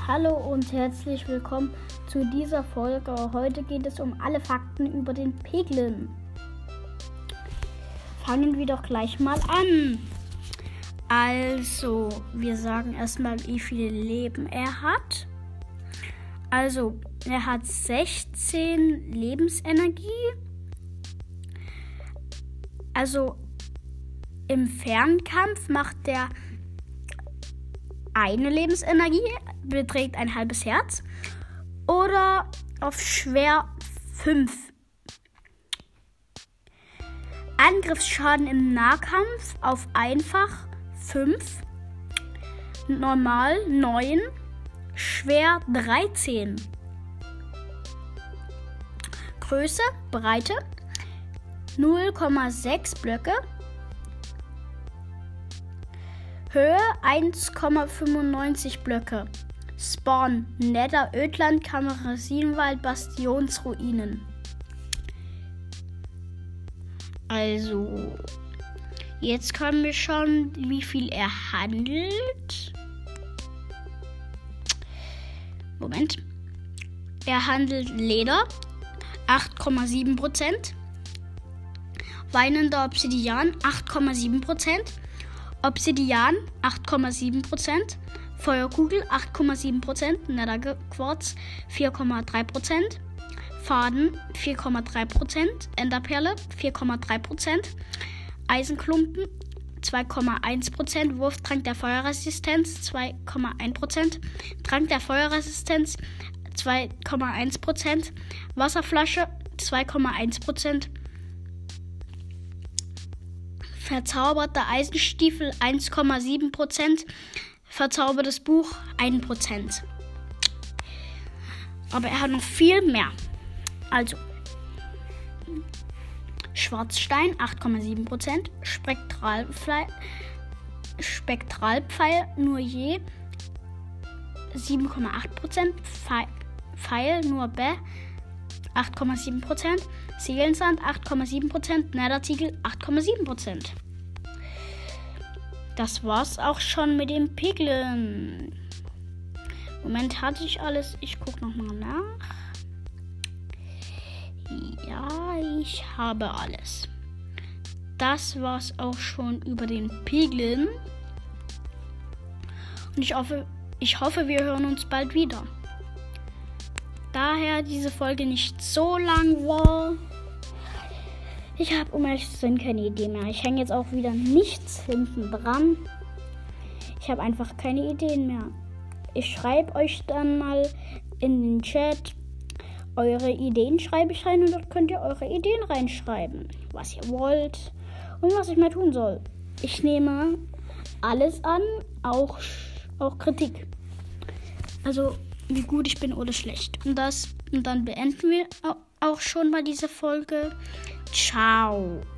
Hallo und herzlich willkommen zu dieser Folge. Heute geht es um alle Fakten über den Piglin. Fangen wir doch gleich mal an. Also, wir sagen erstmal, wie viele Leben er hat. Also, er hat 16 Lebensenergie. Also, im Fernkampf macht er eine Lebensenergie, beträgt ein halbes Herz. Oder auf schwer 5. Angriffsschaden im Nahkampf auf einfach 5. Normal 9. Schwer 13. Größe, Breite 0,6 Blöcke. Höhe 1,95 Blöcke. Spawn Nether, Ödland, Kamerasinwald, Bastionsruinen. Also, jetzt können wir schauen, wie viel er handelt. Moment. Er handelt Leder 8,7%. Weinender Obsidian 8,7%. Obsidian 8,7%, Feuerkugel 8,7%, Netherquarz 4,3%, Faden 4,3%, Enderperle 4,3%, Eisenklumpen 2,1%, Wurftrank der Feuerresistenz 2,1%, Trank der Feuerresistenz 2,1%, Wasserflasche 2,1%, verzauberter Eisenstiefel 1,7%, verzaubertes Buch 1%. Aber er hat noch viel mehr. Also, Schwarzstein 8,7%, Spektralpfeil nur je 7,8%, Pfeil nur B 8,7%, Seelensand 8,7%, Netherziegel 8,7%. Das war's auch schon mit dem Piglin. Moment, hatte ich alles? Ich gucke nochmal nach. Ja, ich habe alles. Das war's auch schon über den Piglin. Und ich hoffe, wir hören uns bald wieder. Daher diese Folge nicht so lang war. Ich habe, um ehrlich zu sein, keine Idee mehr. Ich hänge jetzt auch wieder nichts hinten dran. Ich habe einfach keine Ideen mehr. Ich schreibe euch dann mal in den Chat eure Ideen, schreibe ich rein, und dort könnt ihr eure Ideen reinschreiben, was ihr wollt und was ich mal tun soll. Ich nehme alles an, auch Kritik. Also wie gut ich bin oder schlecht. Und dann beenden wir auch schon mal diese Folge. Ciao.